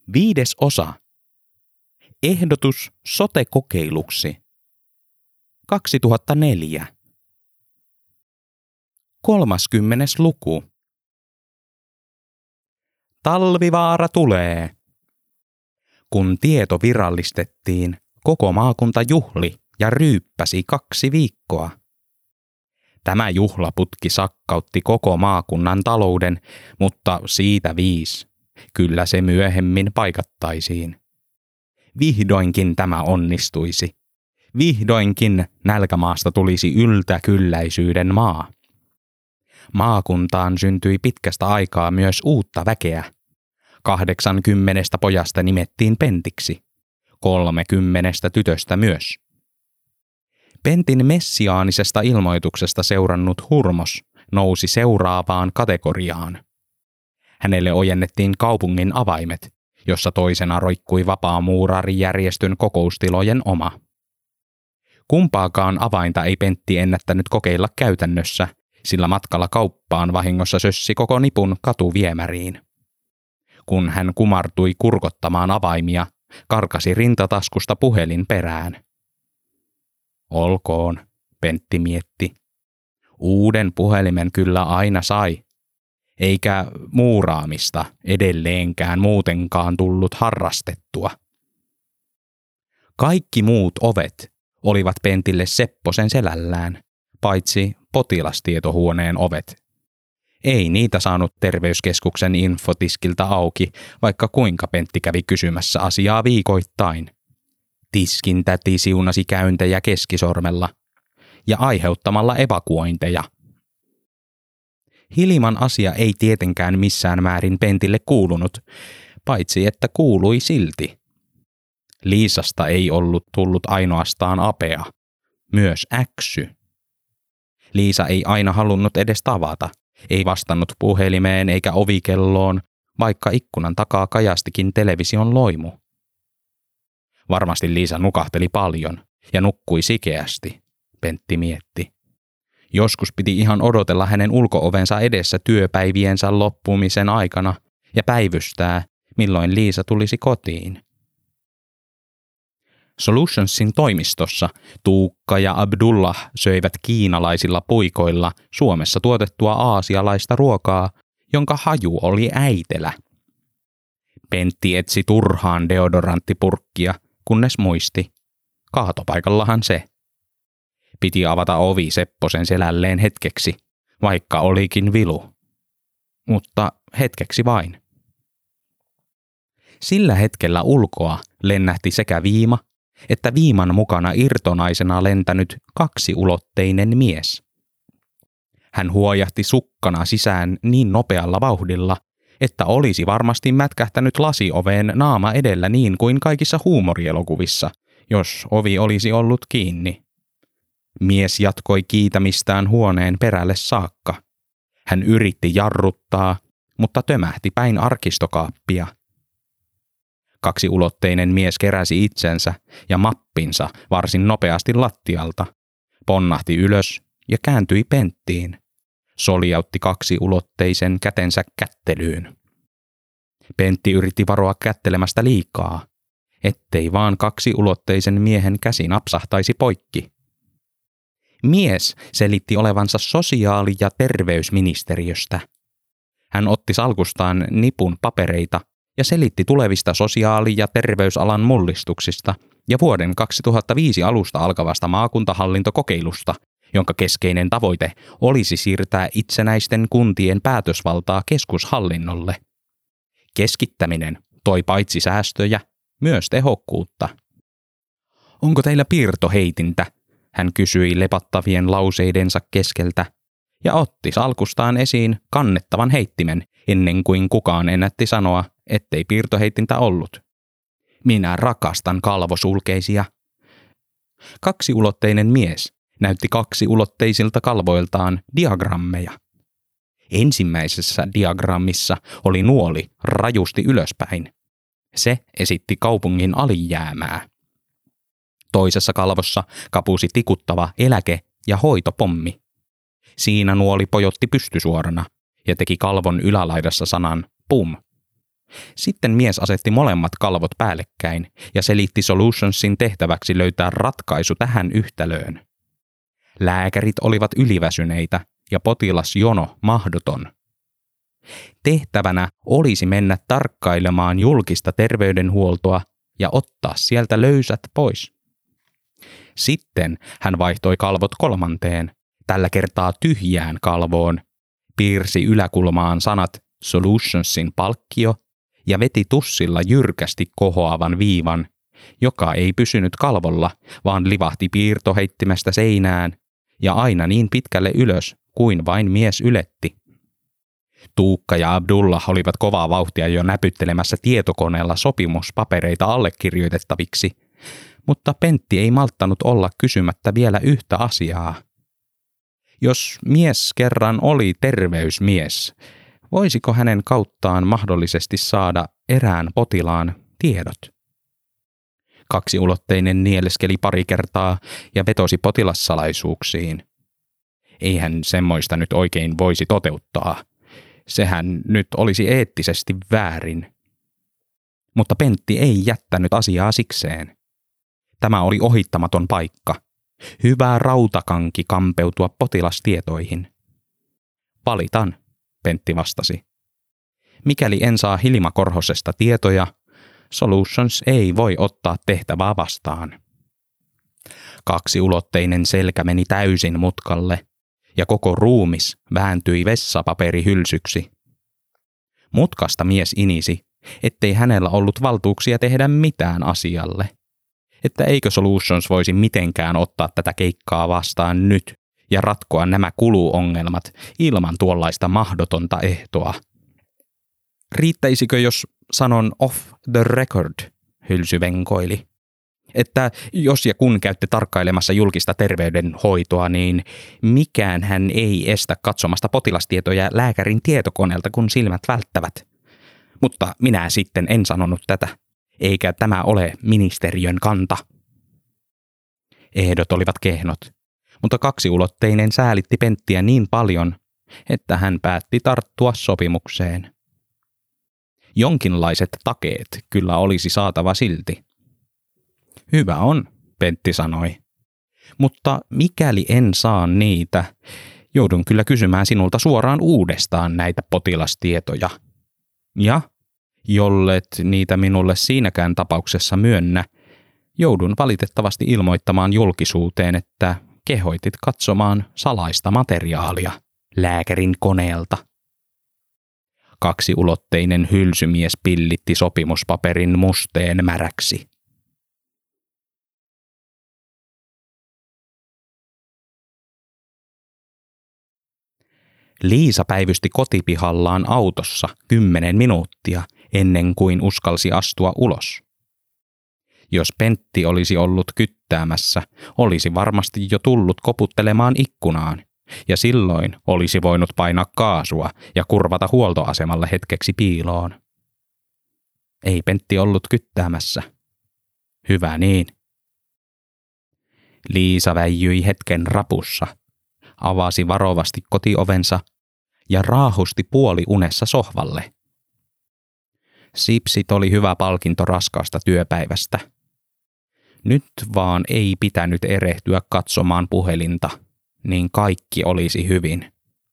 5. osa. Ehdotus sote-kokeiluksi. 2004. 30. luku. Talvivaara tulee. Kun tieto virallistettiin, koko maakunta juhli ja ryyppäsi 2 viikkoa. Tämä juhlaputki sakkautti koko maakunnan talouden, mutta siitä 5. Kyllä se myöhemmin paikattaisiin. Vihdoinkin tämä onnistuisi. Vihdoinkin nälkämaasta tulisi yltäkylläisyyden maa. Maakuntaan syntyi pitkästä aikaa myös uutta väkeä. 80 pojasta nimettiin Pentiksi. 30 tytöstä myös. Pentin messiaanisesta ilmoituksesta seurannut hurmos nousi seuraavaan kategoriaan. Hänelle ojennettiin kaupungin avaimet, jossa toisena roikkui vapaamuurarijärjestön kokoustilojen oma. Kumpaakaan avainta ei Pentti ennättänyt kokeilla käytännössä, sillä matkalla kauppaan vahingossa sössi koko nipun katuviemäriin. Kun hän kumartui kurkottamaan avaimia, karkasi rintataskusta puhelin perään. Olkoon, Pentti mietti. Uuden puhelimen kyllä aina sai. Eikä muuraamista edelleenkään muutenkaan tullut harrastettua. Kaikki muut ovet olivat Pentille Sepposen selällään, paitsi potilastietohuoneen ovet. Ei niitä saanut terveyskeskuksen infotiskiltä auki, vaikka kuinka Pentti kävi kysymässä asiaa viikoittain. Tiskin täti siunasi käyntejä keskisormella ja aiheuttamalla evakuointeja. Hilman asia ei tietenkään missään määrin Pentille kuulunut, paitsi että kuului silti. Liisasta ei ollut tullut ainoastaan apea, myös äksy. Liisa ei aina halunnut edes tavata, ei vastannut puhelimeen eikä ovikelloon, vaikka ikkunan takaa kajastikin television loimu. Varmasti Liisa nukahteli paljon ja nukkui sikeästi, Pentti mietti. Joskus piti ihan odotella hänen ulko-ovensa edessä työpäiviensä loppumisen aikana ja päivystää, milloin Liisa tulisi kotiin. Solutionsin toimistossa Tuukka ja Abdullah söivät kiinalaisilla puikoilla Suomessa tuotettua aasialaista ruokaa, jonka haju oli äitelä. Pentti etsi turhaan deodoranttipurkkia, kunnes muisti. Kaatopaikallahan se. Piti avata ovi Sepposen selälleen hetkeksi, vaikka olikin vilu. Mutta hetkeksi vain. Sillä hetkellä ulkoa lennähti sekä viima, että viiman mukana irtonaisena lentänyt 2-ulotteinen mies. Hän huojahti sukkana sisään niin nopealla vauhdilla, että olisi varmasti mätkähtänyt lasioveen naama edellä niin kuin kaikissa huumorielokuvissa, jos ovi olisi ollut kiinni. Mies jatkoi kiitämistään huoneen perälle saakka. Hän yritti jarruttaa, mutta tömähti päin arkistokaappia. 2-ulotteinen mies keräsi itsensä ja mappinsa varsin nopeasti lattialta, ponnahti ylös ja kääntyi Penttiin. Soljautti 2-ulotteisen kätensä kättelyyn. Pentti yritti varoa kättelemästä liikaa, ettei vaan 2-ulotteisen miehen käsi napsahtaisi poikki. Mies selitti olevansa sosiaali- ja terveysministeriöstä. Hän otti salkustaan nipun papereita ja selitti tulevista sosiaali- ja terveysalan mullistuksista ja vuoden 2005 alusta alkavasta maakuntahallintokokeilusta, jonka keskeinen tavoite olisi siirtää itsenäisten kuntien päätösvaltaa keskushallinnolle. Keskittäminen toi paitsi säästöjä, myös tehokkuutta. Onko teillä piirtoheitintä? Hän kysyi lepattavien lauseidensa keskeltä ja otti salkustaan esiin kannettavan heittimen ennen kuin kukaan ennätti sanoa, ettei piirtoheitintä ollut. Minä rakastan kalvosulkeisia. 2-ulotteinen mies näytti 2-ulotteisilta kalvoiltaan diagrammeja. Ensimmäisessä diagrammissa oli nuoli rajusti ylöspäin. Se esitti kaupungin alijäämää. Toisessa kalvossa kapusi tikuttava eläke- ja hoitopommi. Siinä nuoli pojotti pystysuorana ja teki kalvon ylälaidassa sanan PUM. Sitten mies asetti molemmat kalvot päällekkäin ja selitti Solutionsin tehtäväksi löytää ratkaisu tähän yhtälöön. Lääkärit olivat yliväsyneitä ja potilasjono mahdoton. Tehtävänä olisi mennä tarkkailemaan julkista terveydenhuoltoa ja ottaa sieltä löysät pois. Sitten hän vaihtoi kalvot kolmanteen, tällä kertaa tyhjään kalvoon, piirsi yläkulmaan sanat Solutionsin palkkio ja veti tussilla jyrkästi kohoavan viivan, joka ei pysynyt kalvolla, vaan livahti piirtoheittimestä seinään ja aina niin pitkälle ylös kuin vain mies yletti. Tuukka ja Abdullah olivat kovaa vauhtia jo näpyttelemässä tietokoneella sopimuspapereita allekirjoitettaviksi, mutta Pentti ei malttanut olla kysymättä vielä yhtä asiaa. Jos mies kerran oli terveysmies, voisiko hänen kauttaan mahdollisesti saada erään potilaan tiedot? Kaksiulotteinen nieleskeli pari kertaa ja vetosi potilassalaisuuksiin. Eihän semmoista nyt oikein voisi toteuttaa. Sehän nyt olisi eettisesti väärin. Mutta Pentti ei jättänyt asiaa sikseen. Tämä oli ohittamaton paikka. Hyvä rautakanki kampeutua potilastietoihin. Valitan, Pentti vastasi. Mikäli en saa Hilma Korhosesta tietoja, Solutions ei voi ottaa tehtävää vastaan. Kaksiulotteinen selkä meni täysin mutkalle ja koko ruumis vääntyi vessapaperihylsyksi. Mutkasta mies inisi, ettei hänellä ollut valtuuksia tehdä mitään asialle. Että eikö Solutions voisi mitenkään ottaa tätä keikkaa vastaan nyt ja ratkoa nämä kuluongelmat ilman tuollaista mahdotonta ehtoa. Riittäisikö, jos sanon off the record, hylsy venkoili. Että jos ja kun käytte tarkkailemassa julkista terveydenhoitoa, niin mikään hän ei estä katsomasta potilastietoja lääkärin tietokoneelta, kun silmät välttävät. Mutta minä sitten en sanonut tätä, eikä tämä ole ministeriön kanta. Ehdot olivat kehnot, mutta kaksiulotteinen säälitti Penttiä niin paljon, että hän päätti tarttua sopimukseen. Jonkinlaiset takeet kyllä olisi saatava silti. Hyvä on, Pentti sanoi. Mutta mikäli en saa niitä, joudun kyllä kysymään sinulta suoraan uudestaan näitä potilastietoja. Ja, jollet niitä minulle siinäkään tapauksessa myönnä, joudun valitettavasti ilmoittamaan julkisuuteen, että kehoitit katsomaan salaista materiaalia lääkärin koneelta. Kaksiulotteinen hylsymies pillitti sopimuspaperin musteen märäksi. Liisa päivysti kotipihallaan autossa 10 minuuttia ennen kuin uskalsi astua ulos. Jos Pentti olisi ollut kyttäämässä, olisi varmasti jo tullut koputtelemaan ikkunaan, ja silloin olisi voinut painaa kaasua ja kurvata huoltoasemalle hetkeksi piiloon. Ei Pentti ollut kyttäämässä. Hyvä niin. Liisa väijyi hetken rapussa, avasi varovasti kotiovensa ja raahusti puoliunessa sohvalle. Sipsit oli hyvä palkinto raskaasta työpäivästä. Nyt vaan ei pitänyt erehtyä katsomaan puhelinta, niin kaikki olisi hyvin.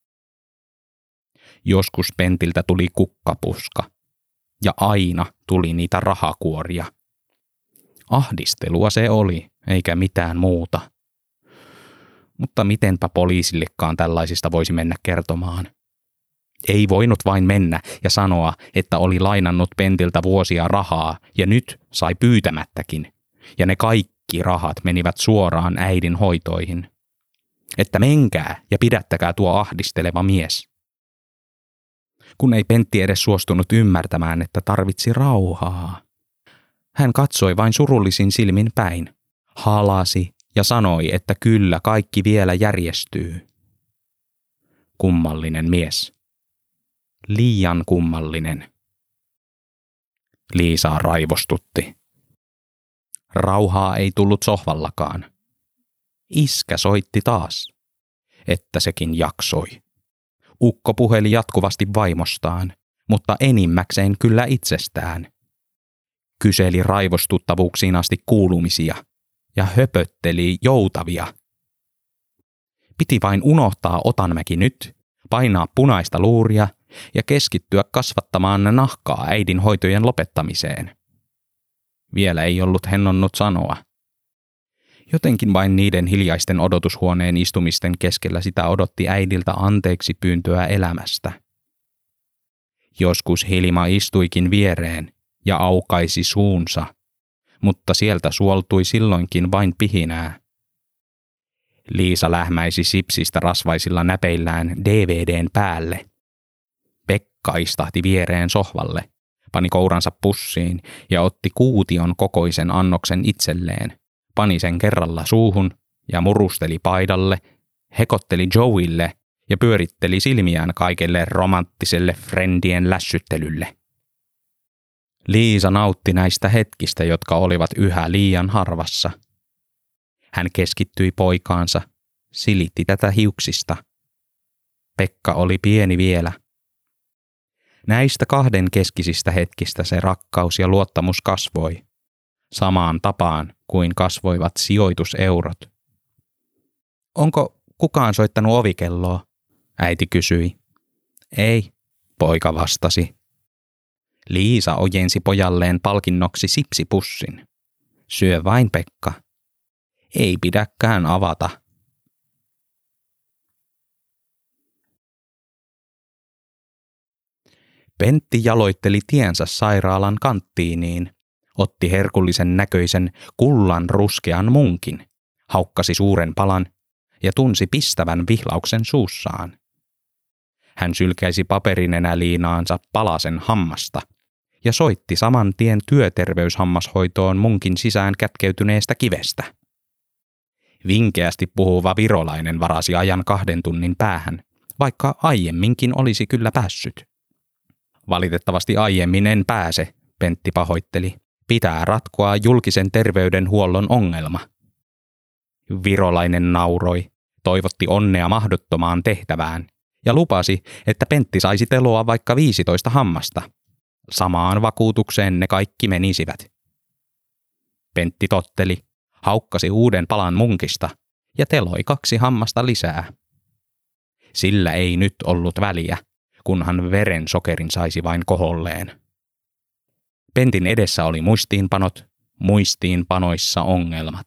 Joskus Pentiltä tuli kukkapuska, ja aina tuli niitä rahakuoria. Ahdistelua se oli, eikä mitään muuta. Mutta mitenpä poliisillekaan tällaisista voisi mennä kertomaan? Ei voinut vain mennä ja sanoa, että oli lainannut Pentiltä vuosia rahaa ja nyt sai pyytämättäkin. Ja ne kaikki rahat menivät suoraan äidin hoitoihin. Että menkää ja pidättäkää tuo ahdisteleva mies. Kun ei Pentti edes suostunut ymmärtämään, että tarvitsi rauhaa. Hän katsoi vain surullisin silmin päin, halasi ja sanoi, että kyllä kaikki vielä järjestyy. Kummallinen mies. Liian kummallinen. Liisaa raivostutti. Rauhaa ei tullut sohvallakaan. Iskä soitti taas, että sekin jaksoi. Ukko puheli jatkuvasti vaimostaan, mutta enimmäkseen kyllä itsestään. Kyseli raivostuttavuuksiin asti kuulumisia ja höpötteli joutavia. Piti vain unohtaa Otanmäki nyt, painaa punaista luuria ja keskittyä kasvattamaan nahkaa äidin hoitojen lopettamiseen. Vielä ei ollut hennonnut sanoa. Jotenkin vain niiden hiljaisten odotushuoneen istumisten keskellä sitä odotti äidiltä anteeksi pyyntöä elämästä. Joskus Hilma istuikin viereen ja aukaisi suunsa, mutta sieltä suoltui silloinkin vain pihinää. Liisa lähmäisi sipsistä rasvaisilla näpeillään DVDn päälle. Pekka istahti viereen sohvalle, pani kouransa pussiin ja otti kuution kokoisen annoksen itselleen, pani sen kerralla suuhun ja murusteli paidalle, hekotteli Joeylle ja pyöritteli silmiään kaikelle romanttiselle friendien lässyttelylle. Liisa nautti näistä hetkistä, jotka olivat yhä liian harvassa. Hän keskittyi poikaansa, silitti tätä hiuksista. Pekka oli pieni vielä. Näistä kahden keskisistä hetkistä se rakkaus ja luottamus kasvoi, samaan tapaan kuin kasvoivat sijoituseurot. Onko kukaan soittanut ovikelloa? Äiti kysyi. Ei, poika vastasi. Liisa ojensi pojalleen palkinnoksi sipsipussin. Syö vain, Pekka. Ei pidäkään avata. Pentti jaloitteli tiensä sairaalan kanttiiniin, otti herkullisen näköisen kullan ruskean munkin, haukkasi suuren palan ja tunsi pistävän vihlauksen suussaan. Hän sylkäisi paperinenäliinaansa palasen hammasta ja soitti saman tien työterveyshammashoitoon munkin sisään kätkeytyneestä kivestä. Vinkeästi puhuva virolainen varasi ajan 2 tunnin päähän, vaikka aiemminkin olisi kyllä päässyt. Valitettavasti aiemmin en pääse, Pentti pahoitteli. Pitää ratkoa julkisen terveydenhuollon ongelma. Virolainen nauroi, toivotti onnea mahdottomaan tehtävään ja lupasi, että Pentti saisi teloa vaikka 15 hammasta. Samaan vakuutukseen ne kaikki menisivät. Pentti totteli, haukkasi uuden palan munkista ja teloi 2 hammasta lisää. Sillä ei nyt ollut väliä, kunhan verensokerin saisi vain koholleen. Pentin edessä oli muistiinpanot, muistiinpanoissa ongelmat.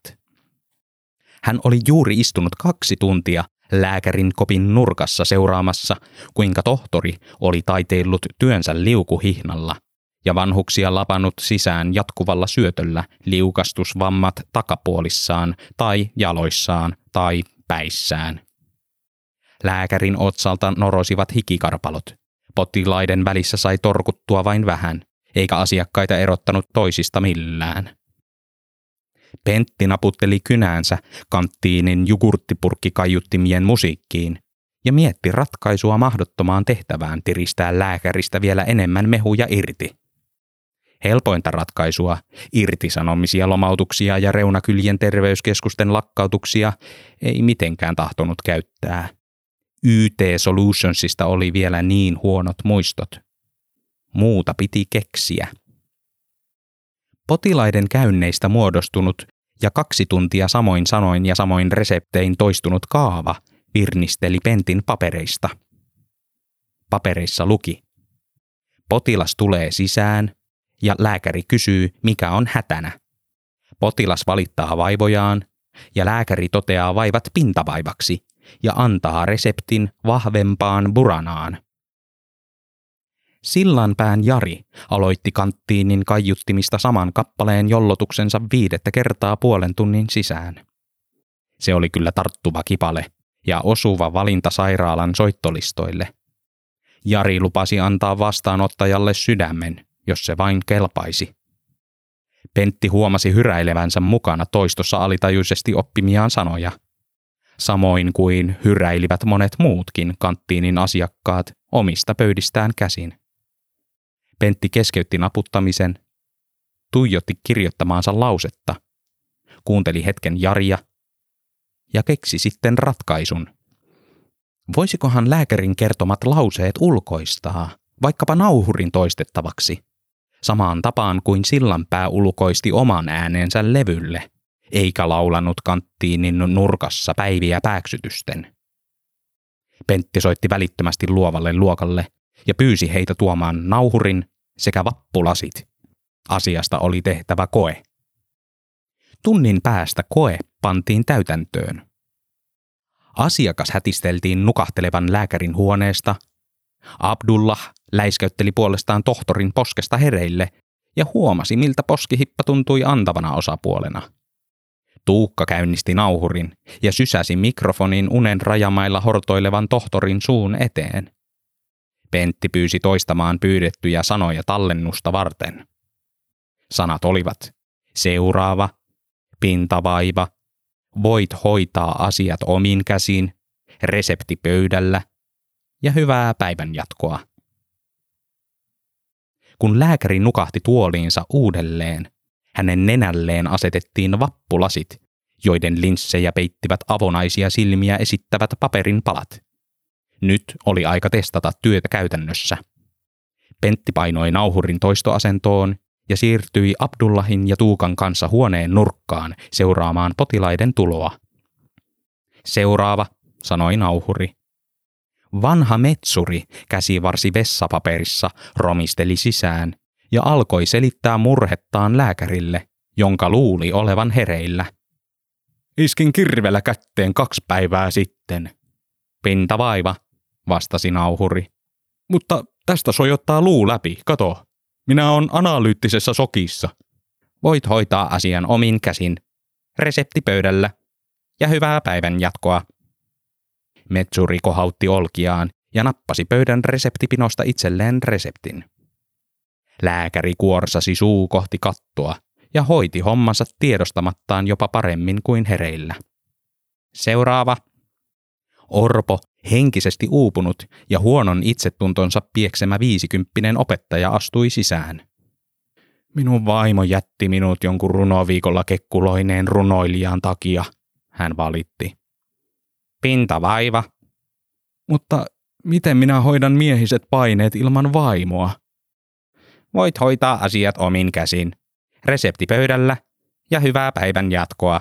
Hän oli juuri istunut 2 tuntia lääkärin kopin nurkassa seuraamassa, kuinka tohtori oli taiteillut työnsä liukuhihnalla ja vanhuksia lapannut sisään jatkuvalla syötöllä liukastusvammat takapuolissaan tai jaloissaan tai päissään. Lääkärin otsalta norosivat hikikarpalot. Potilaiden välissä sai torkuttua vain vähän, eikä asiakkaita erottanut toisista millään. Pentti naputteli kynäänsä kanttiinin jogurttipurkkikaiuttimien musiikkiin ja mietti ratkaisua mahdottomaan tehtävään tiristää lääkäristä vielä enemmän mehuja irti. Helpointa ratkaisua, irtisanomisia, lomautuksia ja reunakylien terveyskeskusten lakkautuksia ei mitenkään tahtonut käyttää. YT Solutionsista oli vielä niin huonot muistot. Muuta piti keksiä. Potilaiden käynneistä muodostunut ja 2 tuntia samoin sanoin ja samoin reseptein toistunut kaava virnisteli Pentin papereista. Papereissa luki: potilas tulee sisään ja lääkäri kysyy, mikä on hätänä. Potilas valittaa vaivojaan ja lääkäri toteaa vaivat pintavaivaksi ja antaa reseptin vahvempaan buranaan. Sillanpään Jari aloitti kanttiinin kaiuttimista saman kappaleen jollotuksensa 5. kertaa 0,5 tunnin sisään. Se oli kyllä tarttuva kipale ja osuva valinta sairaalan soittolistoille. Jari lupasi antaa vastaanottajalle sydämen, jos se vain kelpaisi. Pentti huomasi hyräilevänsä mukana toistossa alitajuisesti oppimiaan sanoja. Samoin kuin hyräilivät monet muutkin kanttiinin asiakkaat omista pöydistään käsin. Pentti keskeytti naputtamisen, tuijotti kirjoittamaansa lausetta, kuunteli hetken Jaria ja keksi sitten ratkaisun. Voisikohan lääkärin kertomat lauseet ulkoistaa? vaikkapa nauhurin toistettavaksi, samaan tapaan kuin Sillanpää ulkoisti oman äänensä levylle, eikä laulanut kanttiinin nurkassa päiviä pääksytysten. Pentti soitti välittömästi luovalle luokalle ja pyysi heitä tuomaan nauhurin sekä vappulasit. Asiasta oli tehtävä koe. Tunnin päästä koe pantiin täytäntöön. Asiakas hätisteltiin nukahtelevan lääkärin huoneesta. Abdullah läiskäytteli puolestaan tohtorin poskesta hereille ja huomasi, miltä poskihippa tuntui antavana osapuolena. Tuukka käynnisti nauhurin ja sysäsi mikrofonin unen rajamailla hortoilevan tohtorin suun eteen. Pentti pyysi toistamaan pyydettyjä sanoja tallennusta varten. Sanat olivat seuraava, pintavaiva, voit hoitaa asiat omin käsin, resepti pöydällä ja hyvää päivänjatkoa. Kun lääkäri nukahti tuoliinsa uudelleen, hänen nenälleen asetettiin vappulasit, joiden linssejä peittivät avonaisia silmiä esittävät paperin palat. Nyt oli aika testata työtä käytännössä. Pentti painoi nauhurin toistoasentoon ja siirtyi Abdullahin ja Tuukan kanssa huoneen nurkkaan seuraamaan potilaiden tuloa. Seuraava, sanoi nauhuri. Vanha metsuri käsivarsi vessapaperissa romisteli sisään ja alkoi selittää murhettaan lääkärille, jonka luuli olevan hereillä. Iskin kirvellä kätteen 2 päivää sitten. Pintavaiva, vastasi nauhuri. Mutta tästä sojottaa luu läpi, kato. Minä on analyyttisessä sokissa. Voit hoitaa asian omin käsin. Resepti pöydällä. Ja hyvää päivän jatkoa. Metsuri kohautti olkiaan ja nappasi pöydän reseptipinosta itselleen reseptin. Lääkäri kuorsasi suu kohti kattoa ja hoiti hommansa tiedostamattaan jopa paremmin kuin hereillä. Seuraava. Orpo, henkisesti uupunut ja huonon itsetuntonsa pieksemä 50 opettaja astui sisään. Minun vaimo jätti minut jonkun runoviikolla kekkuloineen runoilijan takia, hän valitti. Pintavaiva. Mutta miten minä hoidan miehiset paineet ilman vaimoa? Voit hoitaa asiat omin käsin. Resepti pöydällä ja hyvää päivän jatkoa.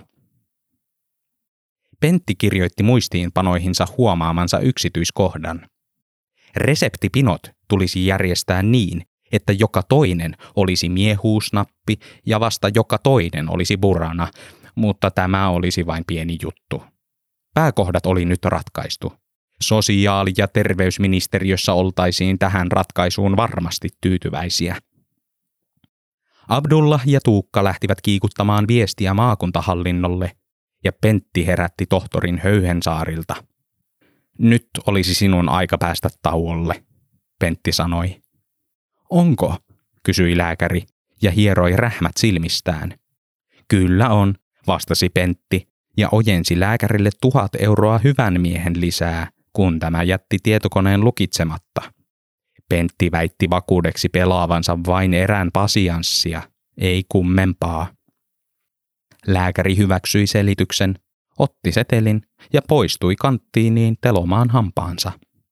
Pentti kirjoitti muistiinpanoihinsa huomaamansa yksityiskohdan. Reseptipinot tulisi järjestää niin, että joka toinen olisi miehuusnappi ja vasta joka toinen olisi burana, mutta tämä olisi vain pieni juttu. Pääkohdat oli nyt ratkaistu. Sosiaali- ja terveysministeriössä oltaisiin tähän ratkaisuun varmasti tyytyväisiä. Abdullah ja Tuukka lähtivät kiikuttamaan viestiä maakuntahallinnolle, ja Pentti herätti tohtorin Höyhensaarilta. Nyt olisi sinun aika päästä tauolle, Pentti sanoi. Onko? Kysyi lääkäri ja hieroi rähmät silmistään. Kyllä on, vastasi Pentti ja ojensi lääkärille 1 000 euroa hyvän miehen lisää, kun tämä jätti tietokoneen lukitsematta. Pentti väitti vakuudeksi pelaavansa vain erään pasianssia, ei kummempaa. Lääkäri hyväksyi selityksen, otti setelin ja poistui kanttiiniin telomaan hampaansa.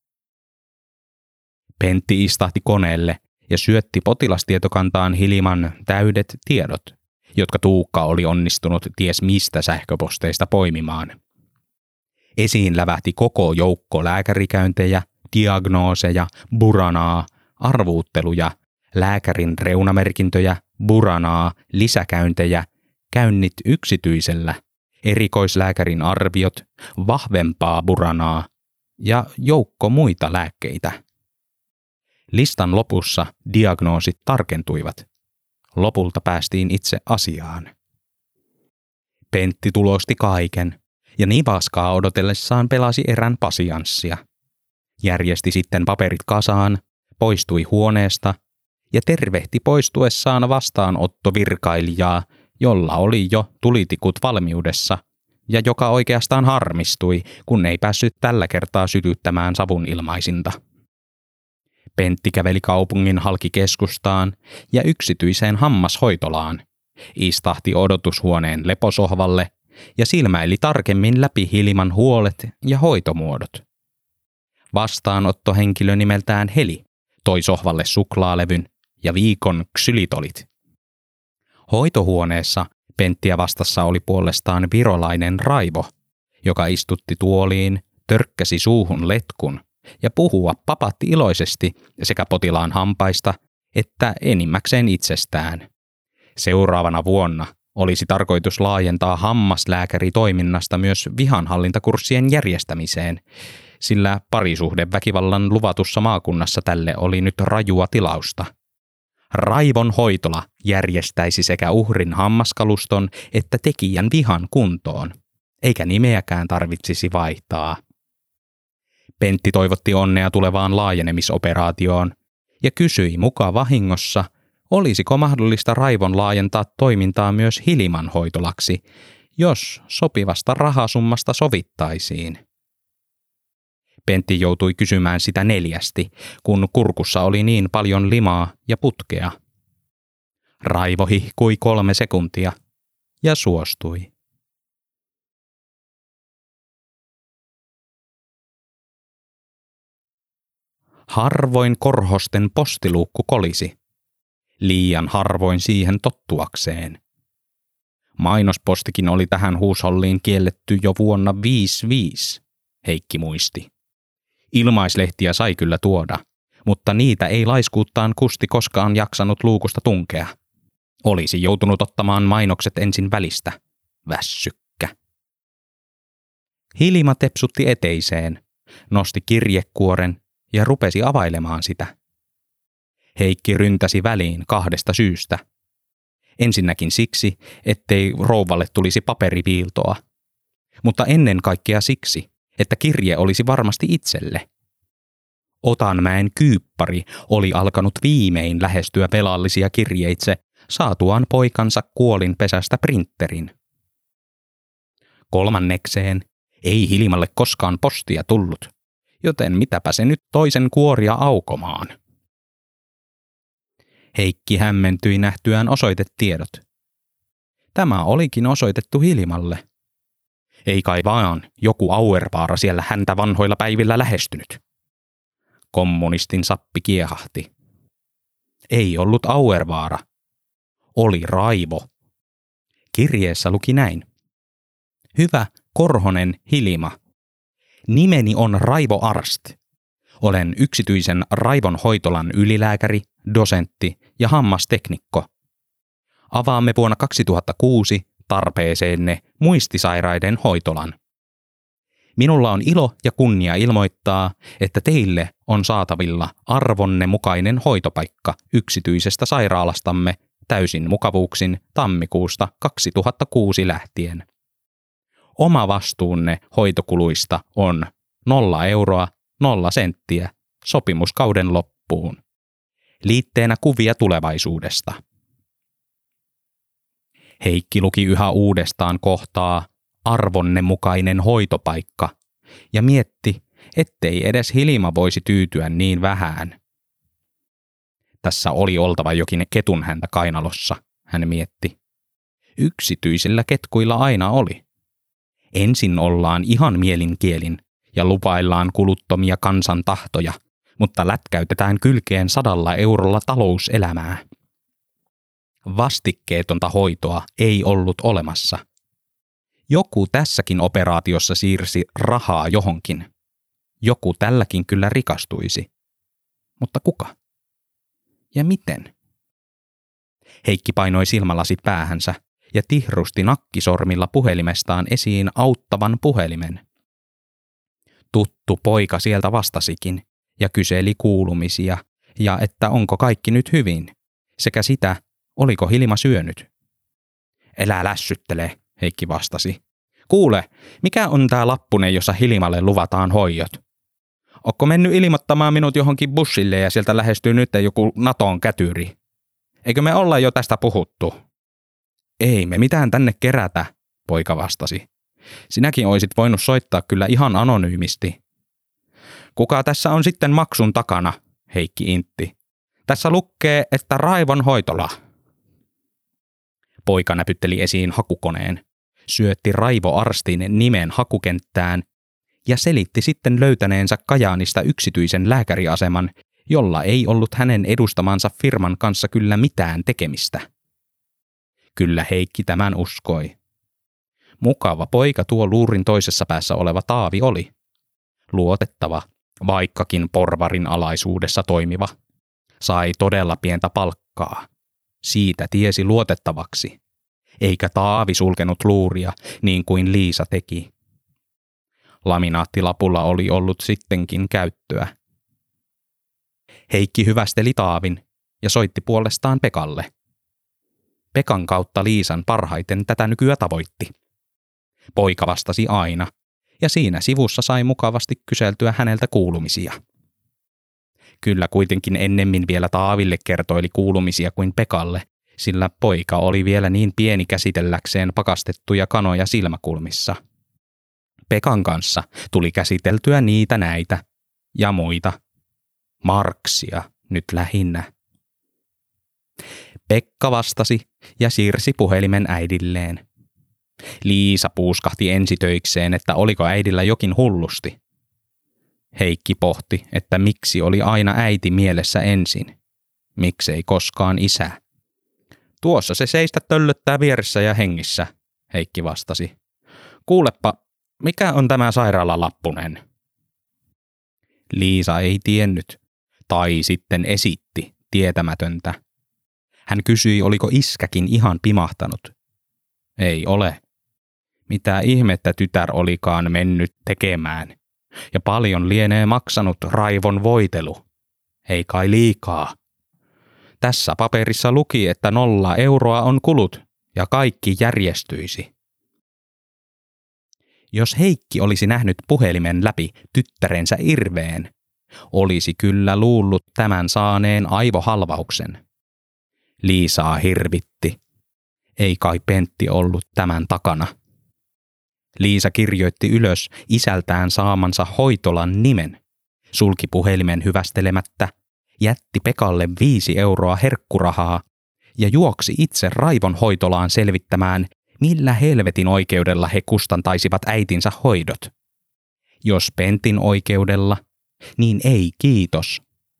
Pentti istahti koneelle ja syötti potilastietokantaan Hiliman täydet tiedot, jotka Tuukka oli onnistunut ties mistä sähköposteista poimimaan. Esiin lävähti koko joukko lääkärikäyntejä, diagnooseja, buranaa, arvuutteluja, lääkärin reunamerkintöjä, buranaa, lisäkäyntejä, käynnit yksityisellä, erikoislääkärin arviot, vahvempaa buranaa ja joukko muita lääkkeitä. Listan lopussa diagnoosit tarkentuivat. Lopulta päästiin itse asiaan. Pentti tulosti kaiken ja nivaskaa odotellessaan pelasi erän pasianssia. Järjesti sitten paperit kasaan, poistui huoneesta ja tervehti poistuessaan vastaanottovirkailijaa, jolla oli jo tulitikut valmiudessa ja joka oikeastaan harmistui, kun ei päässyt tällä kertaa sytyttämään savun ilmaisinta. Pentti käveli kaupungin halki keskustaan ja yksityiseen hammashoitolaan, istahti odotushuoneen leposohvalle ja silmäili tarkemmin läpi Hiliman huolet ja hoitomuodot. Vastaanottohenkilö nimeltään Heli toi sohvalle suklaalevyn ja viikon ksylitolit. Hoitohuoneessa Penttiä vastassa oli puolestaan virolainen Raivo, joka istutti tuoliin, törkkäsi suuhun letkun ja puhua papatti iloisesti sekä potilaan hampaista että enimmäkseen itsestään. Seuraavana vuonna olisi tarkoitus laajentaa hammaslääkäritoiminnasta myös vihanhallintakurssien järjestämiseen, sillä parisuhdeväkivallan luvatussa maakunnassa tälle oli nyt rajua tilausta. Raivon hoitola järjestäisi sekä uhrin hammaskaluston että tekijän vihan kuntoon, eikä nimeäkään tarvitsisi vaihtaa. Pentti toivotti onnea tulevaan laajenemisoperaatioon ja kysyi muka vahingossa, olisiko mahdollista Raivon laajentaa toimintaa myös Hiliman hoitolaksi, jos sopivasta rahasummasta sovittaisiin. Pentti joutui kysymään sitä 4, kun kurkussa oli niin paljon limaa ja putkea. Raivo hihkui 3 sekuntia ja suostui. Harvoin Korhosten postiluukku kolisi. Liian harvoin siihen tottuakseen. Mainospostikin oli tähän huusholliin kielletty jo vuonna 1955, Heikki muisti. Ilmaislehtiä sai kyllä tuoda, mutta niitä ei laiskuuttaan Kusti koskaan jaksanut luukusta tunkea. Olisi joutunut ottamaan mainokset ensin välistä. Väsykkä. Hilima tepsutti eteiseen, nosti kirjekuoren ja rupesi availemaan sitä. Heikki ryntäsi väliin 2 syystä. Ensinnäkin siksi, ettei rouvalle tulisi paperiviiltoa, mutta ennen kaikkea siksi, että kirje olisi varmasti itselle. Otanmäen kyyppari oli alkanut viimein lähestyä velallisia kirjeitse saatuaan poikansa kuolinpesästä printterin. 3. ei Hilimalle koskaan postia tullut, joten mitäpä se nyt toisen kuoria aukomaan. Heikki hämmentyi nähtyään osoitetiedot. Tämä olikin osoitettu Hilimalle. Ei kai vaan joku Auervaara siellä häntä vanhoilla päivillä lähestynyt. Kommunistin sappi kiehahti. Ei ollut Auervaara. Oli Raivo. Kirjeessä luki näin. Hyvä Korhonen Hilima. Nimeni on Raivo Arst. Olen yksityisen Raivon hoitolan ylilääkäri, dosentti ja hammasteknikko. Avaamme vuonna 2006 tarpeeseenne muistisairaiden hoitolan. Minulla on ilo ja kunnia ilmoittaa, että teille on saatavilla arvonne mukainen hoitopaikka yksityisestä sairaalastamme täysin mukavuuksin tammikuusta 2006 lähtien. Oma vastuunne hoitokuluista on 0 euroa, 0 senttiä sopimuskauden loppuun. Liitteenä kuvia tulevaisuudesta. Heikki luki yhä uudestaan kohtaa arvonne mukainen hoitopaikka ja mietti, ettei edes Hilima voisi tyytyä niin vähään. Tässä oli oltava jokin ketunhäntä kainalossa, hän mietti. Yksityisillä ketkuilla aina oli. Ensin ollaan ihan mielinkielin ja lupaillaan kuluttomia kansan tahtoja, mutta lätkäytetään kylkeen 100 eurolla talouselämää. Vastikkeetonta hoitoa ei ollut olemassa. Joku tässäkin operaatiossa siirsi rahaa johonkin. Joku tälläkin kyllä rikastuisi. Mutta kuka? Ja miten? Heikki painoi silmälasit päähänsä ja tihrusti nakkisormilla puhelimestaan esiin auttavan puhelimen. Tuttu poika sieltä vastasikin ja kyseli kuulumisia ja että onko kaikki nyt hyvin, sekä sitä, oliko Hilima syönyt. Älä lässyttele, Heikki vastasi. Kuule, mikä on tää lappunen, jossa Hilimalle luvataan hoidot? Ootko mennyt ilmoittamaan minut johonkin bussille ja sieltä lähestyy nyt joku Naton kätyri? Eikö me olla jo tästä puhuttu? Ei me mitään tänne kerätä, poika vastasi. Sinäkin oisit voinut soittaa kyllä ihan anonyymisti. Kuka tässä on sitten maksun takana, Heikki intti. Tässä lukee, että Raivon hoitola. Poika näpytteli esiin hakukoneen, syötti Raivo Arstin nimen hakukenttään ja selitti sitten löytäneensä Kajaanista yksityisen lääkäriaseman, jolla ei ollut hänen edustamansa firman kanssa kyllä mitään tekemistä. Kyllä Heikki tämän uskoi. Mukava poika tuo luurin toisessa päässä oleva Taavi oli. Luotettava, vaikkakin porvarin alaisuudessa toimiva. Sai todella pientä palkkaa. Siitä tiesi luotettavaksi. Eikä Taavi sulkenut luuria niin kuin Liisa teki. Laminaattilapulla oli ollut sittenkin käyttöä. Heikki hyvästeli Taavin ja soitti puolestaan Pekalle. Pekan kautta Liisan parhaiten tätä nykyä tavoitti. Poika vastasi aina, ja siinä sivussa sai mukavasti kyseltyä häneltä kuulumisia. Kyllä kuitenkin ennemmin vielä Taaville kertoili kuulumisia kuin Pekalle, sillä poika oli vielä niin pieni käsitelläkseen pakastettuja kanoja silmäkulmissa. Pekan kanssa tuli käsiteltyä niitä näitä ja muita. Marksia nyt lähinnä. Pekka vastasi ja siirsi puhelimen äidilleen. Liisa puuskahti ensitöikseen, että oliko äidillä jokin hullusti. Heikki pohti, että miksi oli aina äiti mielessä ensin. Miksei koskaan isä. Tuossa se seistä töllöttää vieressä ja hengissä, Heikki vastasi. Kuulepa, mikä on tämä sairaalalappunen? Liisa ei tiennyt, tai sitten esitti tietämätöntä. Hän kysyi, oliko iskäkin ihan pimahtanut. Ei ole. Mitä ihmettä tytär olikaan mennyt tekemään. Ja paljon lienee maksanut raivon voitelu. Ei kai liikaa. Tässä paperissa luki, että 0 euroa on kulut ja kaikki järjestyisi. Jos Heikki olisi nähnyt puhelimen läpi tyttärensä irveen, olisi kyllä luullut tämän saaneen aivohalvauksen. Liisaa hirvitti. Ei kai Pentti ollut tämän takana. Liisa kirjoitti ylös isältään saamansa hoitolan nimen, sulki puhelimen hyvästelemättä, jätti Pekalle 5 euroa herkkurahaa ja juoksi itse Raivon hoitolaan selvittämään, millä helvetin oikeudella he kustantaisivat äitinsä hoidot. Jos Pentin oikeudella, niin ei kiitos.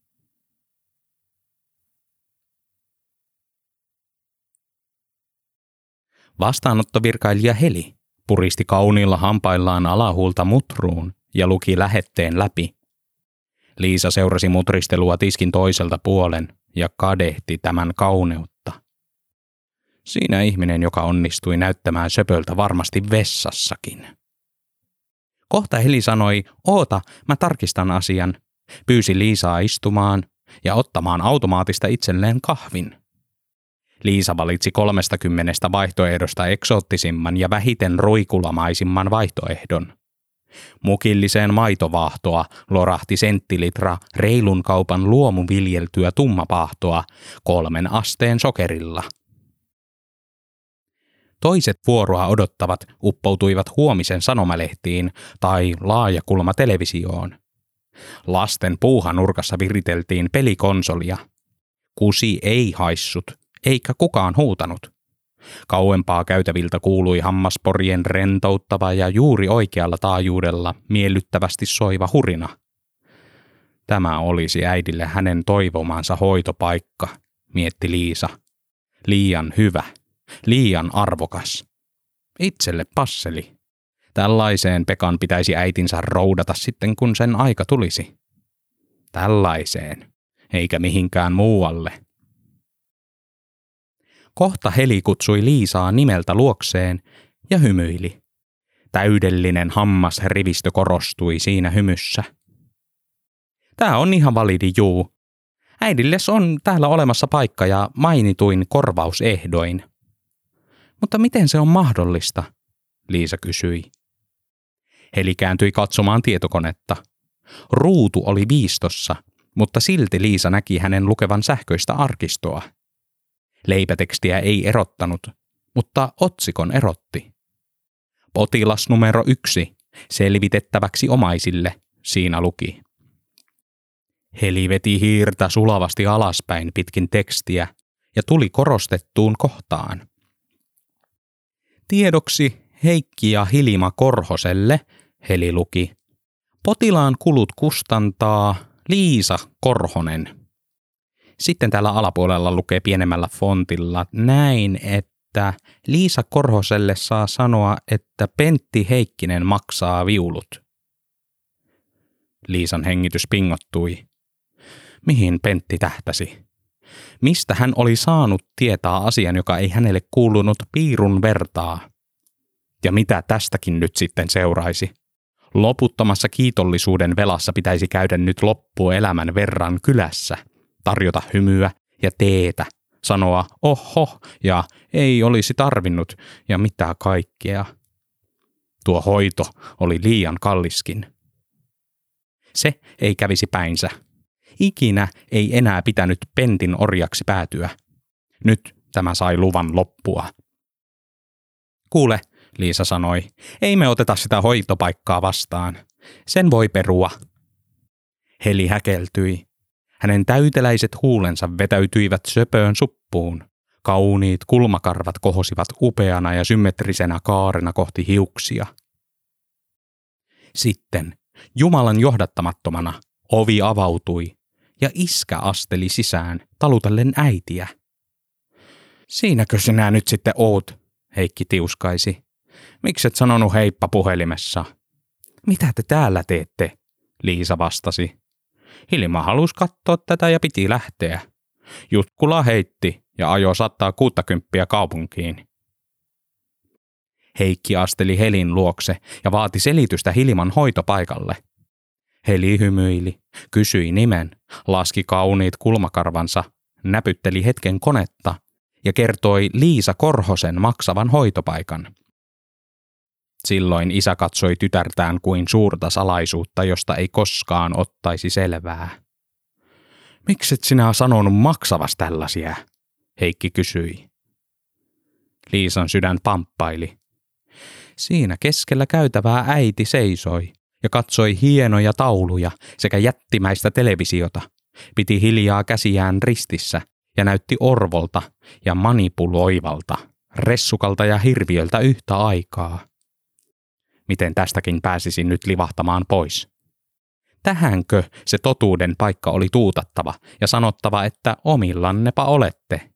Vastaanottovirkailija Heli puristi kauniilla hampaillaan alahuulta mutruun ja luki lähetteen läpi. Liisa seurasi mutristelua tiskin toiselta puolen ja kadehti tämän kauneutta. Siinä ihminen, joka onnistui näyttämään söpöltä varmasti vessassakin. Kohta Heli sanoi, oota, mä tarkistan asian, pyysi Liisaa istumaan ja ottamaan automaatista itselleen kahvin. Liisa valitsi 30 vaihtoehdosta eksoottisimman ja vähiten ruikulamaisimman vaihtoehdon. Mukilliseen maitovaahtoa lorahti senttilitra reilun kaupan luomuviljeltyä tummapahtoa 3 asteen sokerilla. Toiset vuoroa odottavat uppoutuivat huomisen sanomalehtiin tai laajakulmatelevisioon. Lasten puuhanurkassa viriteltiin pelikonsolia. Kusi ei haissut, eikä kukaan huutanut. Kauempaa käytäviltä kuului hammasporien rentouttava ja juuri oikealla taajuudella miellyttävästi soiva hurina. Tämä olisi äidille hänen toivomansa hoitopaikka, mietti Liisa. Liian hyvä, liian arvokas. Itselle passeli. Tällaiseen Pekan pitäisi äitinsä roudata sitten, kun sen aika tulisi. Tällaiseen, eikä mihinkään muualle. Kohta Heli kutsui Liisaa nimeltä luokseen ja hymyili. Täydellinen hammasrivistö korostui siinä hymyssä. Tää on ihan validi juu. Äidilles on täällä olemassa paikka ja mainituin korvausehdoin. Mutta miten se on mahdollista? Liisa kysyi. Heli kääntyi katsomaan tietokonetta. Ruutu oli viistossa, mutta silti Liisa näki hänen lukevan sähköistä arkistoa. Leipätekstiä ei erottanut, mutta otsikon erotti. Potilas numero 1, selvitettäväksi omaisille, siinä luki. Heli veti hiirtä sulavasti alaspäin pitkin tekstiä ja tuli korostettuun kohtaan. Tiedoksi Heikki ja Hilma Korhoselle, Heli luki. Potilaan kulut kustantaa Liisa Korhonen. Sitten täällä alapuolella lukee pienemmällä fontilla näin, että Liisa Korhoselle saa sanoa, että Pentti Heikkinen maksaa viulut. Liisan hengitys pingottui. Mihin Pentti tähtäsi? Mistä hän oli saanut tietää asian, joka ei hänelle kuulunut piirun vertaa? Ja mitä tästäkin nyt sitten seuraisi? Loputtomassa kiitollisuuden velassa pitäisi käydä nyt loppuelämän verran kylässä, tarjota hymyä ja teetä, sanoa oho ja ei olisi tarvinnut ja mitä kaikkea. Tuo hoito oli liian kalliskin. Se ei kävisi päinsä. Ikinä ei enää pitänyt Pentin orjaksi päätyä. Nyt tämä sai luvan loppua. Kuule, Liisa sanoi, ei me oteta sitä hoitopaikkaa vastaan. Sen voi perua. Heli häkeltyi. Hänen täyteläiset huulensa vetäytyivät söpöön suppuun. Kauniit kulmakarvat kohosivat upeana ja symmetrisenä kaarena kohti hiuksia. Sitten, Jumalan johdattamattomana, ovi avautui ja iskä asteli sisään talutellen äitiä. Siinäkö sinä nyt sitten oot, Heikki tiuskaisi. Mikset sanonut heippa puhelimessa? Mitä te täällä teette, Liisa vastasi. Hilma halusi katsoa tätä ja piti lähteä. Jutkula heitti ja ajoi 160 kaupunkiin. Heikki asteli Helin luokse ja vaati selitystä Hilman hoitopaikalle. Heli hymyili, kysyi nimen, laski kauniit kulmakarvansa, näpytteli hetken konetta ja kertoi Liisa Korhosen maksavan hoitopaikan. Silloin isä katsoi tytärtään kuin suurta salaisuutta, josta ei koskaan ottaisi selvää. Mikset sinä sanonut maksavas tällaisia? Heikki kysyi. Liisan sydän pamppaili. Siinä keskellä käytävää äiti seisoi ja katsoi hienoja tauluja sekä jättimäistä televisiota, piti hiljaa käsiään ristissä ja näytti orvolta ja manipuloivalta, ressukalta ja hirviöltä yhtä aikaa. Miten tästäkin pääsisi nyt livahtamaan pois? Tähänkö se totuuden paikka oli tuutattava ja sanottava, että omillannepa olette?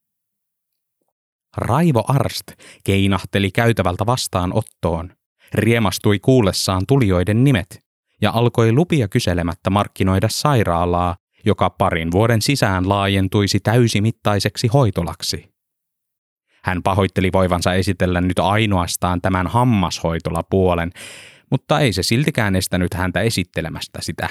Raivo Arst keinahteli käytävältä vastaanottoon, riemastui kuullessaan tulijoiden nimet ja alkoi lupia kyselemättä markkinoida sairaalaa, joka 2 vuoden sisään laajentuisi täysimittaiseksi hoitolaksi. Hän pahoitteli voivansa esitellä nyt ainoastaan tämän hammashoitolapuolen, mutta ei se siltikään estänyt häntä esittelemästä sitä.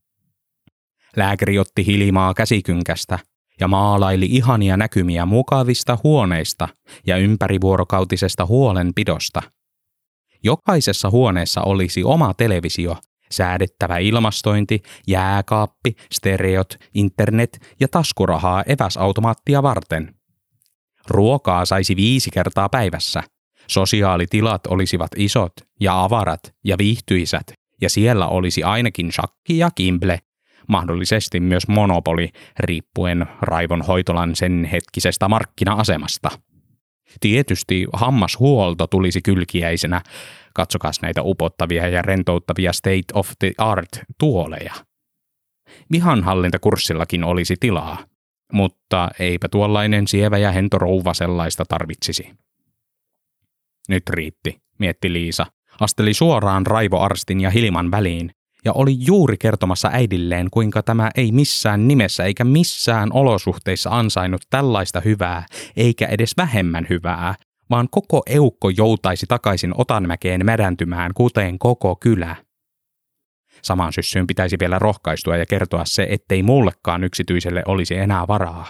Lääkäri otti Hilmaa käsikynkästä ja maalaili ihania näkymiä mukavista huoneista ja ympärivuorokautisesta huolenpidosta. Jokaisessa huoneessa olisi oma televisio, säädettävä ilmastointi, jääkaappi, stereot, internet ja taskurahaa eväsautomaattia varten. Ruokaa saisi 5 kertaa päivässä. Sosiaalitilat olisivat isot ja avarat ja viihtyisät, ja siellä olisi ainakin shakki ja kimble, mahdollisesti myös monopoli, riippuen Raivon hoitolan sen hetkisestä markkina-asemasta. Tietysti hammashuolto tulisi kylkiäisenä, katsokas näitä upottavia ja rentouttavia state of the art tuoleja. Vihanhallintakurssillakin olisi tilaa, mutta eipä tuollainen sievä ja hento rouva sellaista tarvitsisi. Nyt riitti, mietti Liisa, asteli suoraan Raivo Arstin ja Hilman väliin ja oli juuri kertomassa äidilleen, kuinka tämä ei missään nimessä eikä missään olosuhteissa ansainnut tällaista hyvää, eikä edes vähemmän hyvää, vaan koko eukko joutaisi takaisin Otanmäkeen mädäntymään, kuten koko kylä. Samaan syssyyn pitäisi vielä rohkaistua ja kertoa se, ettei muullekaan yksityiselle olisi enää varaa.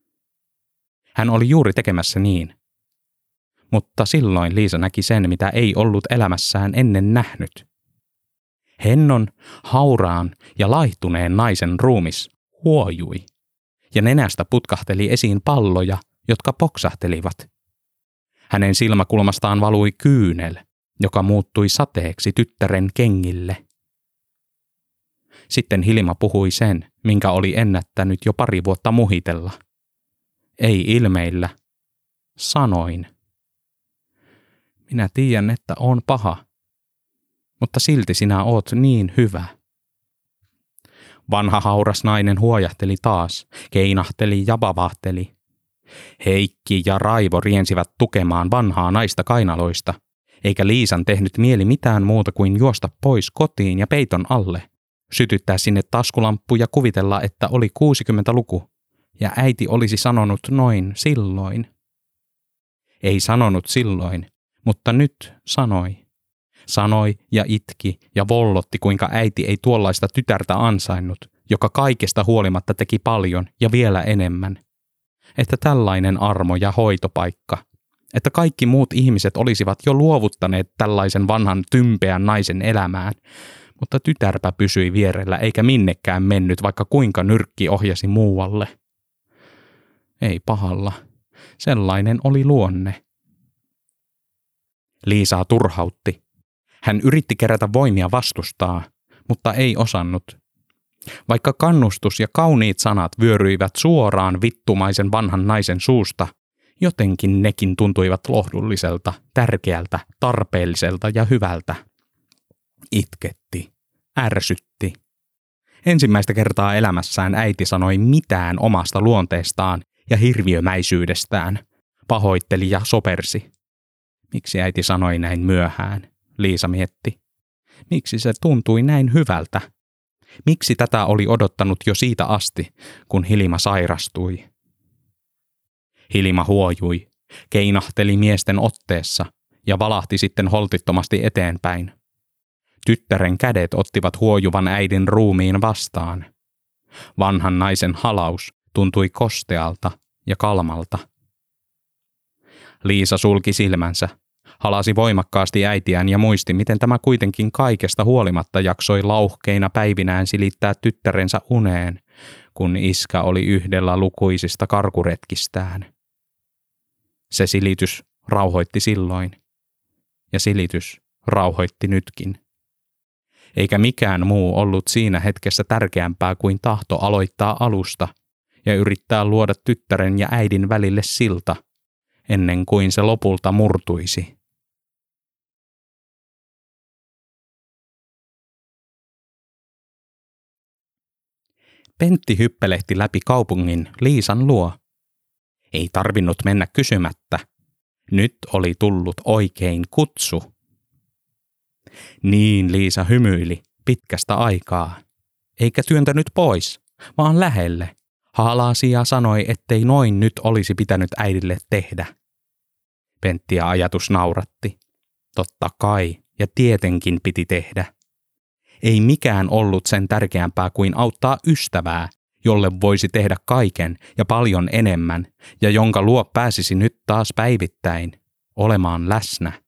Hän oli juuri tekemässä niin. Mutta silloin Liisa näki sen, mitä ei ollut elämässään ennen nähnyt. Hennon, hauraan ja laihtuneen naisen ruumis huojui, ja nenästä putkahteli esiin palloja, jotka poksahtelivat. Hänen silmäkulmastaan valui kyynel, joka muuttui sateeksi tyttären kengille. Sitten Hilma puhui sen, minkä oli ennättänyt jo 2 vuotta muhitella. Ei ilmeillä, sanoin. Minä tiedän, että on paha, mutta silti sinä oot niin hyvä. Vanha hauras nainen huojahteli taas, keinahteli ja vavahteli. Heikki ja Raivo riensivät tukemaan vanhaa naista kainaloista, eikä Liisan tehnyt mieli mitään muuta kuin juosta pois kotiin ja peiton alle, sytyttää sinne taskulamppu ja kuvitella, että oli 60-luku, ja äiti olisi sanonut noin silloin. Ei sanonut silloin, mutta nyt sanoi. Sanoi ja itki ja vollotti, kuinka äiti ei tuollaista tytärtä ansainnut, joka kaikesta huolimatta teki paljon ja vielä enemmän. Että tällainen armo ja hoitopaikka, että kaikki muut ihmiset olisivat jo luovuttaneet tällaisen vanhan tympeän naisen elämään, mutta tytärpä pysyi vierellä eikä minnekään mennyt, vaikka kuinka nyrkki ohjasi muualle. Ei pahalla, sellainen oli luonne. Liisaa turhautti. Hän yritti kerätä voimia vastustaa, mutta ei osannut. Vaikka kannustus ja kauniit sanat vyöryivät suoraan vittumaisen vanhan naisen suusta, jotenkin nekin tuntuivat lohdulliselta, tärkeältä, tarpeelliselta ja hyvältä. Itketti, ärsytti. Ensimmäistä kertaa elämässään äiti sanoi mitään omasta luonteestaan ja hirviömäisyydestään, pahoitteli ja sopersi. Miksi äiti sanoi näin myöhään? Liisa mietti. Miksi se tuntui näin hyvältä? Miksi tätä oli odottanut jo siitä asti, kun Hilma sairastui? Hilma huojui, keinahteli miesten otteessa ja valahti sitten holtittomasti eteenpäin. Tyttären kädet ottivat huojuvan äidin ruumiin vastaan. Vanhan naisen halaus tuntui kostealta ja kalmalta. Liisa sulki silmänsä, halasi voimakkaasti äitiään ja muisti, miten tämä kuitenkin kaikesta huolimatta jaksoi lauhkeina päivinään silittää tyttärensä uneen, kun iskä oli yhdellä lukuisista karkuretkistään. Se silitys rauhoitti silloin, ja silitys rauhoitti nytkin. Eikä mikään muu ollut siinä hetkessä tärkeämpää kuin tahto aloittaa alusta ja yrittää luoda tyttären ja äidin välille silta, ennen kuin se lopulta murtuisi. Pentti hyppelehti läpi kaupungin Liisan luo. Ei tarvinnut mennä kysymättä. Nyt oli tullut oikein kutsu. Niin Liisa hymyili pitkästä aikaa. Eikä työntänyt pois, vaan lähelle. Haalasi ja sanoi, ettei noin nyt olisi pitänyt äidille tehdä. Penttiä ajatus nauratti. Totta kai, ja tietenkin piti tehdä. Ei mikään ollut sen tärkeämpää kuin auttaa ystävää, jolle voisi tehdä kaiken ja paljon enemmän, ja jonka luo pääsisi nyt taas päivittäin, olemaan läsnä.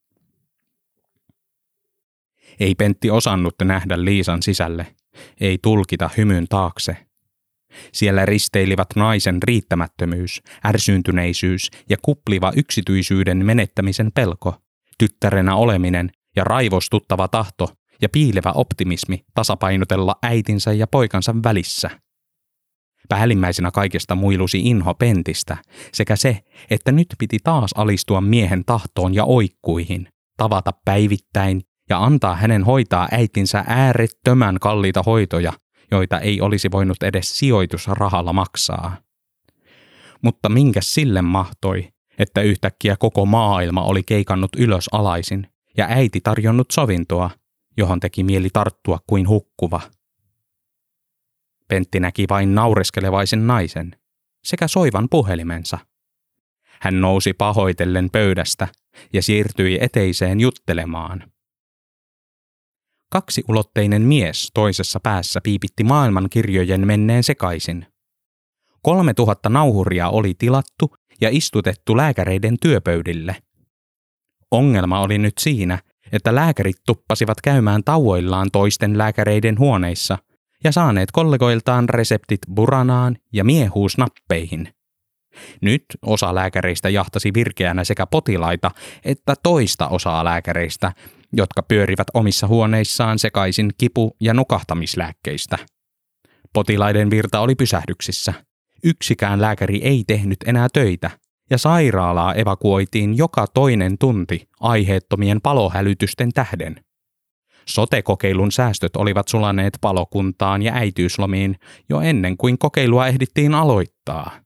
Ei Pentti osannut nähdä Liisan sisälle, ei tulkita hymyn taakse. Siellä risteilivät naisen riittämättömyys, ärsyyntyneisyys ja kupliva yksityisyyden menettämisen pelko, tyttärenä oleminen ja raivostuttava tahto ja piilevä optimismi tasapainotella äitinsä ja poikansa välissä. Päällimmäisenä kaikesta muilusi inho Pentistä sekä se, että nyt piti taas alistua miehen tahtoon ja oikkuihin, tavata päivittäin ja antaa hänen hoitaa äitinsä äärettömän kalliita hoitoja, joita ei olisi voinut edes sijoitusrahalla maksaa. Mutta minkäs sille mahtoi, että yhtäkkiä koko maailma oli keikannut ylös alaisin ja äiti tarjonnut sovintoa, johon teki mieli tarttua kuin hukkuva. Pentti näki vain naureskelevaisen naisen sekä soivan puhelimensa. Hän nousi pahoitellen pöydästä ja siirtyi eteiseen juttelemaan. Kaksiulotteinen mies toisessa päässä piipitti maailmankirjojen menneen sekaisin. 3000 nauhuria oli tilattu ja istutettu lääkäreiden työpöydille. Ongelma oli nyt siinä, että lääkärit tuppasivat käymään tauoillaan toisten lääkäreiden huoneissa ja saaneet kollegoiltaan reseptit buranaan ja miehuusnappeihin. Nyt osa lääkäreistä jahtasi virkeänä sekä potilaita että toista osaa lääkäreistä, jotka pyörivät omissa huoneissaan sekaisin kipu- ja nukahtamislääkkeistä. Potilaiden virta oli pysähdyksissä. Yksikään lääkäri ei tehnyt enää töitä, ja sairaalaa evakuoitiin joka toinen tunti aiheettomien palohälytysten tähden. Sote-kokeilun säästöt olivat sulaneet palokuntaan ja äitiyslomiin jo ennen kuin kokeilua ehdittiin aloittaa.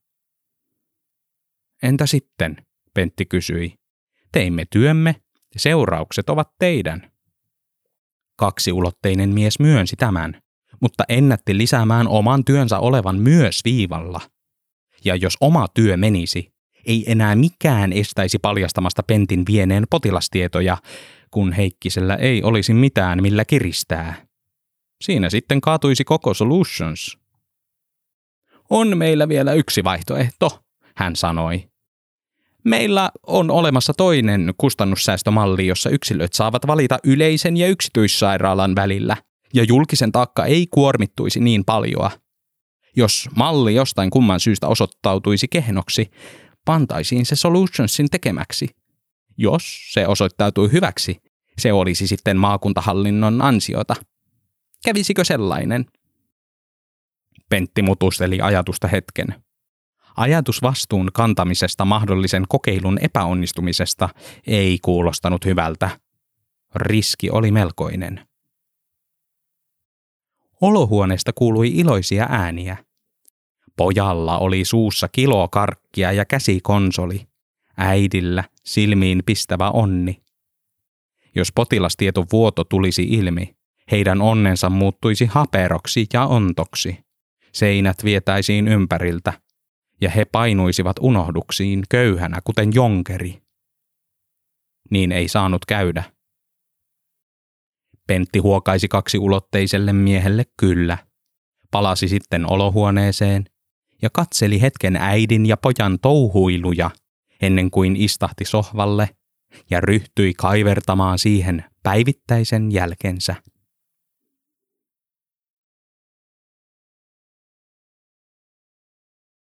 Entä sitten, Pentti kysyi. Teimme työmme, seuraukset ovat teidän. Kaksiulotteinen mies myönsi tämän, mutta ennätti lisäämään oman työnsä olevan myös viivalla. Ja jos oma työ menisi, ei enää mikään estäisi paljastamasta Pentin vieneen potilastietoja, kun Heikkisellä ei olisi mitään millä kiristää. Siinä sitten kaatuisi koko Solutions. On meillä vielä yksi vaihtoehto, hän sanoi. Meillä on olemassa toinen kustannussäästömalli, jossa yksilöt saavat valita yleisen ja yksityissairaalan välillä, ja julkisen taakka ei kuormittuisi niin paljoa. Jos malli jostain kumman syystä osoittautuisi kehnoksi, pantaisiin se Solutionsin tekemäksi. Jos se osoittautui hyväksi, se olisi sitten maakuntahallinnon ansiota. Kävisikö sellainen? Pentti mutusteli ajatusta hetken. Ajatus vastuun kantamisesta mahdollisen kokeilun epäonnistumisesta ei kuulostanut hyvältä. Riski oli melkoinen. Olohuoneesta kuului iloisia ääniä. Pojalla oli suussa kilo karkkia ja käsikonsoli. Äidillä silmiin pistävä onni. Jos potilastieton vuoto tulisi ilmi, heidän onnensa muuttuisi haperoksi ja ontoksi. Seinät vietäisiin ympäriltä, ja he painuisivat unohduksiin köyhänä kuten jonkeri. Niin ei saanut käydä. Pentti huokaisi kaksiulotteiselle miehelle kyllä, palasi sitten olohuoneeseen ja katseli hetken äidin ja pojan touhuiluja ennen kuin istahti sohvalle ja ryhtyi kaivertamaan siihen päivittäisen jälkensä.